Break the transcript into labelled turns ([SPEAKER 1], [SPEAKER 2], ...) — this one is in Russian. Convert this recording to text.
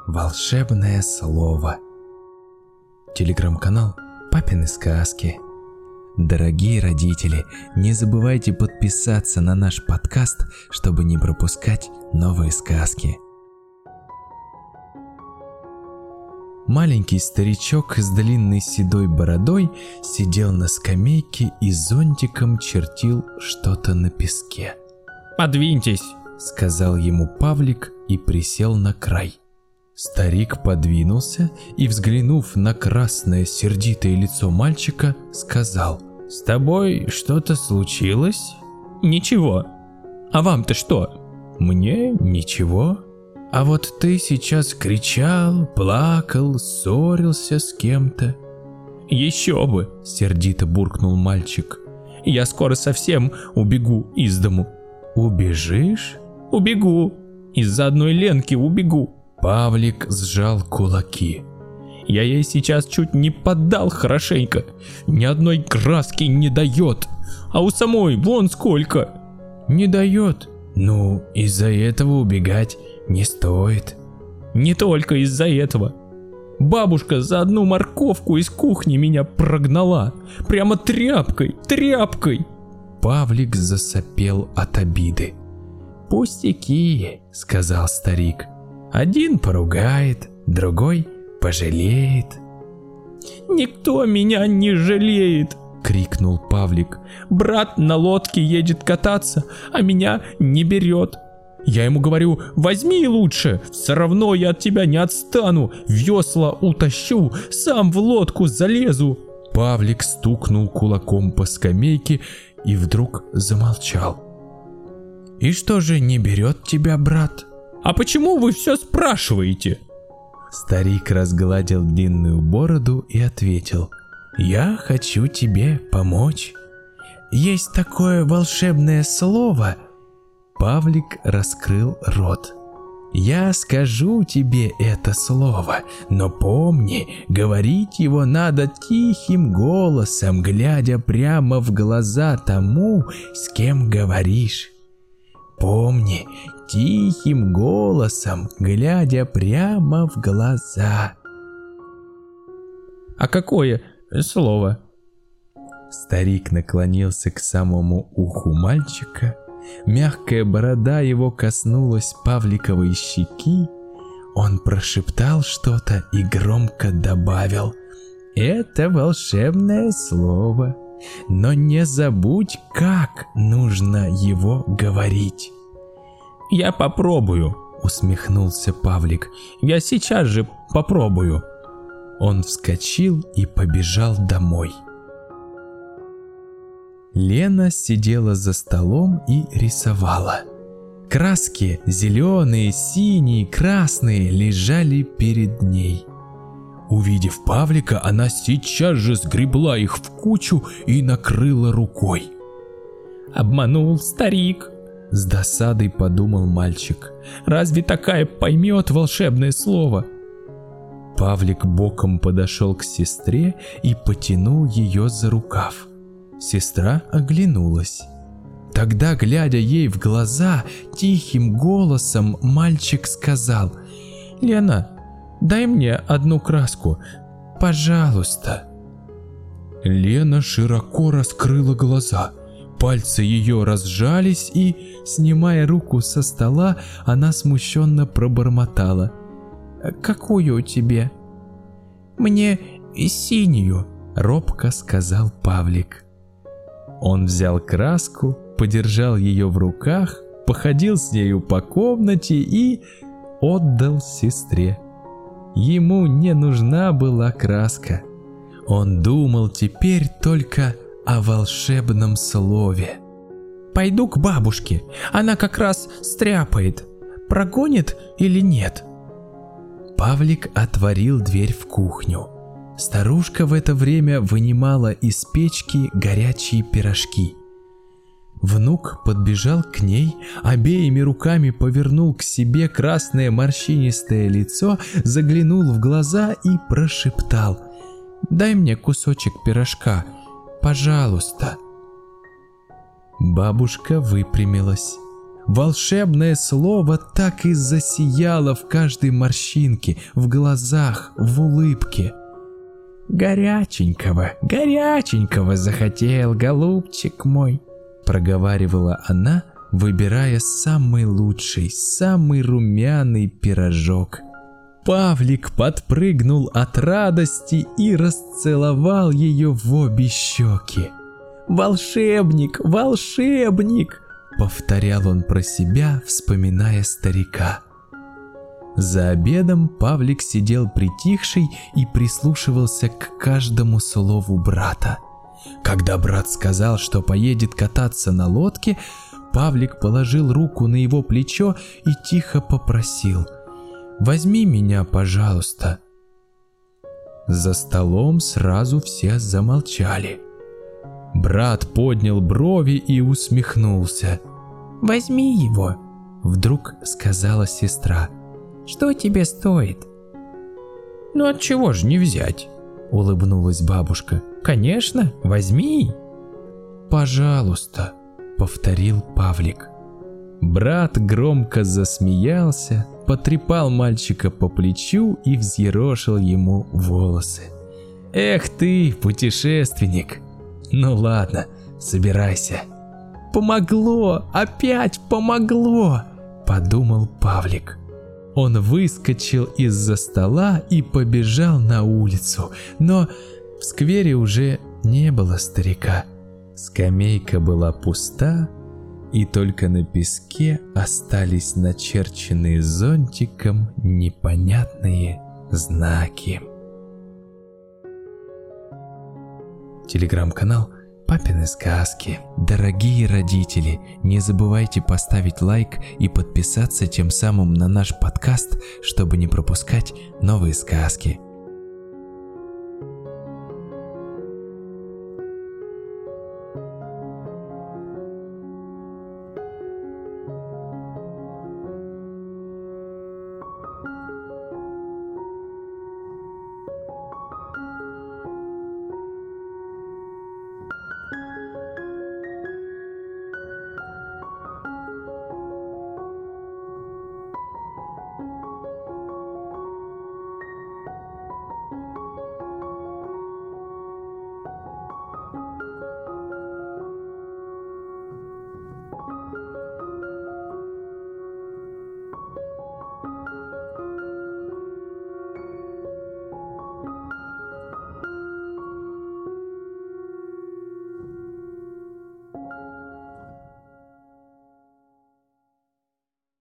[SPEAKER 1] волшебное слово. Телеграм-канал «Папины сказки». Дорогие родители, не забывайте подписаться на наш подкаст, чтобы не пропускать новые сказки. Маленький старичок с длинной седой бородой сидел на скамейке и зонтиком чертил что-то на песке.
[SPEAKER 2] «Подвиньтесь»,
[SPEAKER 1] — сказал ему Павлик и присел на край. Старик подвинулся и, взглянув на красное сердитое лицо мальчика, сказал:
[SPEAKER 2] «С тобой что-то случилось?» «Ничего. А вам-то что?»
[SPEAKER 1] «Мне ничего. А вот ты сейчас кричал, плакал, ссорился с кем-то».
[SPEAKER 2] «Еще бы!» — сердито буркнул мальчик. «Я скоро совсем убегу из дому».
[SPEAKER 1] «Убежишь?»
[SPEAKER 2] «Убегу. Из-за одной Ленки убегу».
[SPEAKER 1] Павлик сжал кулаки.
[SPEAKER 2] «Я ей сейчас чуть не поддал хорошенько. Ни одной краски не дает. А у самой вон сколько».
[SPEAKER 1] «Не дает? Ну, из-за этого убегать не стоит».
[SPEAKER 2] «Не только из-за этого. Бабушка за одну морковку из кухни меня прогнала. Прямо тряпкой.
[SPEAKER 1] Павлик засопел от обиды. «Пустяки», — сказал старик. «Один поругает, другой пожалеет».
[SPEAKER 2] «Никто меня не жалеет», — крикнул Павлик. «Брат на лодке едет кататься, а меня не берет. Я ему говорю: возьми лучше, все равно я от тебя не отстану, весла утащу, сам в лодку залезу».
[SPEAKER 1] Павлик стукнул кулаком по скамейке и вдруг замолчал. «И что же не берет тебя брат?»
[SPEAKER 2] «А почему вы все спрашиваете?»
[SPEAKER 1] Старик разгладил длинную бороду и ответил: «Я хочу тебе помочь. Есть такое волшебное слово». Павлик раскрыл рот. «Я скажу тебе это слово, но помни, говорить его надо тихим голосом, глядя прямо в глаза тому, с кем говоришь. Помни, тихим голосом, глядя прямо в глаза».
[SPEAKER 2] «А какое слово?»
[SPEAKER 1] Старик наклонился к самому уху мальчика. Мягкая борода его коснулась Павликовой щеки. Он прошептал что-то и громко добавил: «Это волшебное слово, но не забудь, как нужно его говорить».
[SPEAKER 2] «Я попробую», — усмехнулся Павлик. «Я сейчас же попробую».
[SPEAKER 1] Он вскочил и побежал домой. Лена сидела за столом и рисовала. Краски зеленые, синие, красные лежали перед ней. Увидев Павлика, она сейчас же сгребла их в кучу и накрыла рукой.
[SPEAKER 2] «Обманул старик», — с досадой подумал мальчик. «Разве такая поймет волшебное слово?»
[SPEAKER 1] Павлик боком подошел к сестре и потянул ее за рукав. Сестра оглянулась. Тогда, глядя ей в глаза, тихим голосом мальчик сказал: «Лена, дай мне одну краску, пожалуйста». Лена широко раскрыла глаза. Пальцы ее разжались, и, снимая руку со стола, она смущенно пробормотала: «Какую тебе?» «Мне синюю», — робко сказал Павлик. Он взял краску, подержал ее в руках, походил с нею по комнате и отдал сестре. Ему не нужна была краска. Он думал теперь только о волшебном слове.
[SPEAKER 2] «Пойду к бабушке, она как раз стряпает. Прогонит или нет?»
[SPEAKER 1] Павлик отворил дверь в кухню. Старушка в это время вынимала из печки горячие пирожки. Внук подбежал к ней, обеими руками повернул к себе красное морщинистое лицо, заглянул в глаза и прошептал: «Дай мне кусочек пирожка, пожалуйста». Бабушка выпрямилась. Волшебное слово так и засияло в каждой морщинке, в глазах, в улыбке. «Горяченького, горяченького захотел, голубчик мой», — проговаривала она, выбирая самый лучший, самый румяный пирожок. Павлик подпрыгнул от радости и расцеловал ее в обе щеки. «Волшебник, волшебник!» — повторял он про себя, вспоминая старика. За обедом Павлик сидел притихший и прислушивался к каждому слову брата. Когда брат сказал, что поедет кататься на лодке, Павлик положил руку на его плечо и тихо попросил: «Возьми меня, пожалуйста». За столом сразу все замолчали. Брат поднял брови и усмехнулся. «Возьми его», — вдруг сказала сестра. «Что тебе стоит?» «Ну отчего ж не взять?» — улыбнулась бабушка. «Конечно, возьми». «Пожалуйста», — повторил Павлик. Брат громко засмеялся, потрепал мальчика по плечу и взъерошил ему волосы. «Эх ты, путешественник! Ну ладно, собирайся». «Помогло! Опять помогло!» — подумал Павлик. Он выскочил из-за стола и побежал на улицу, но в сквере уже не было старика. Скамейка была пуста, и только на песке остались начерченные зонтиком непонятные знаки. Телеграм-канал «Папины сказки». Дорогие родители, не забывайте поставить лайк и подписаться тем самым на наш подкаст, чтобы не пропускать новые сказки.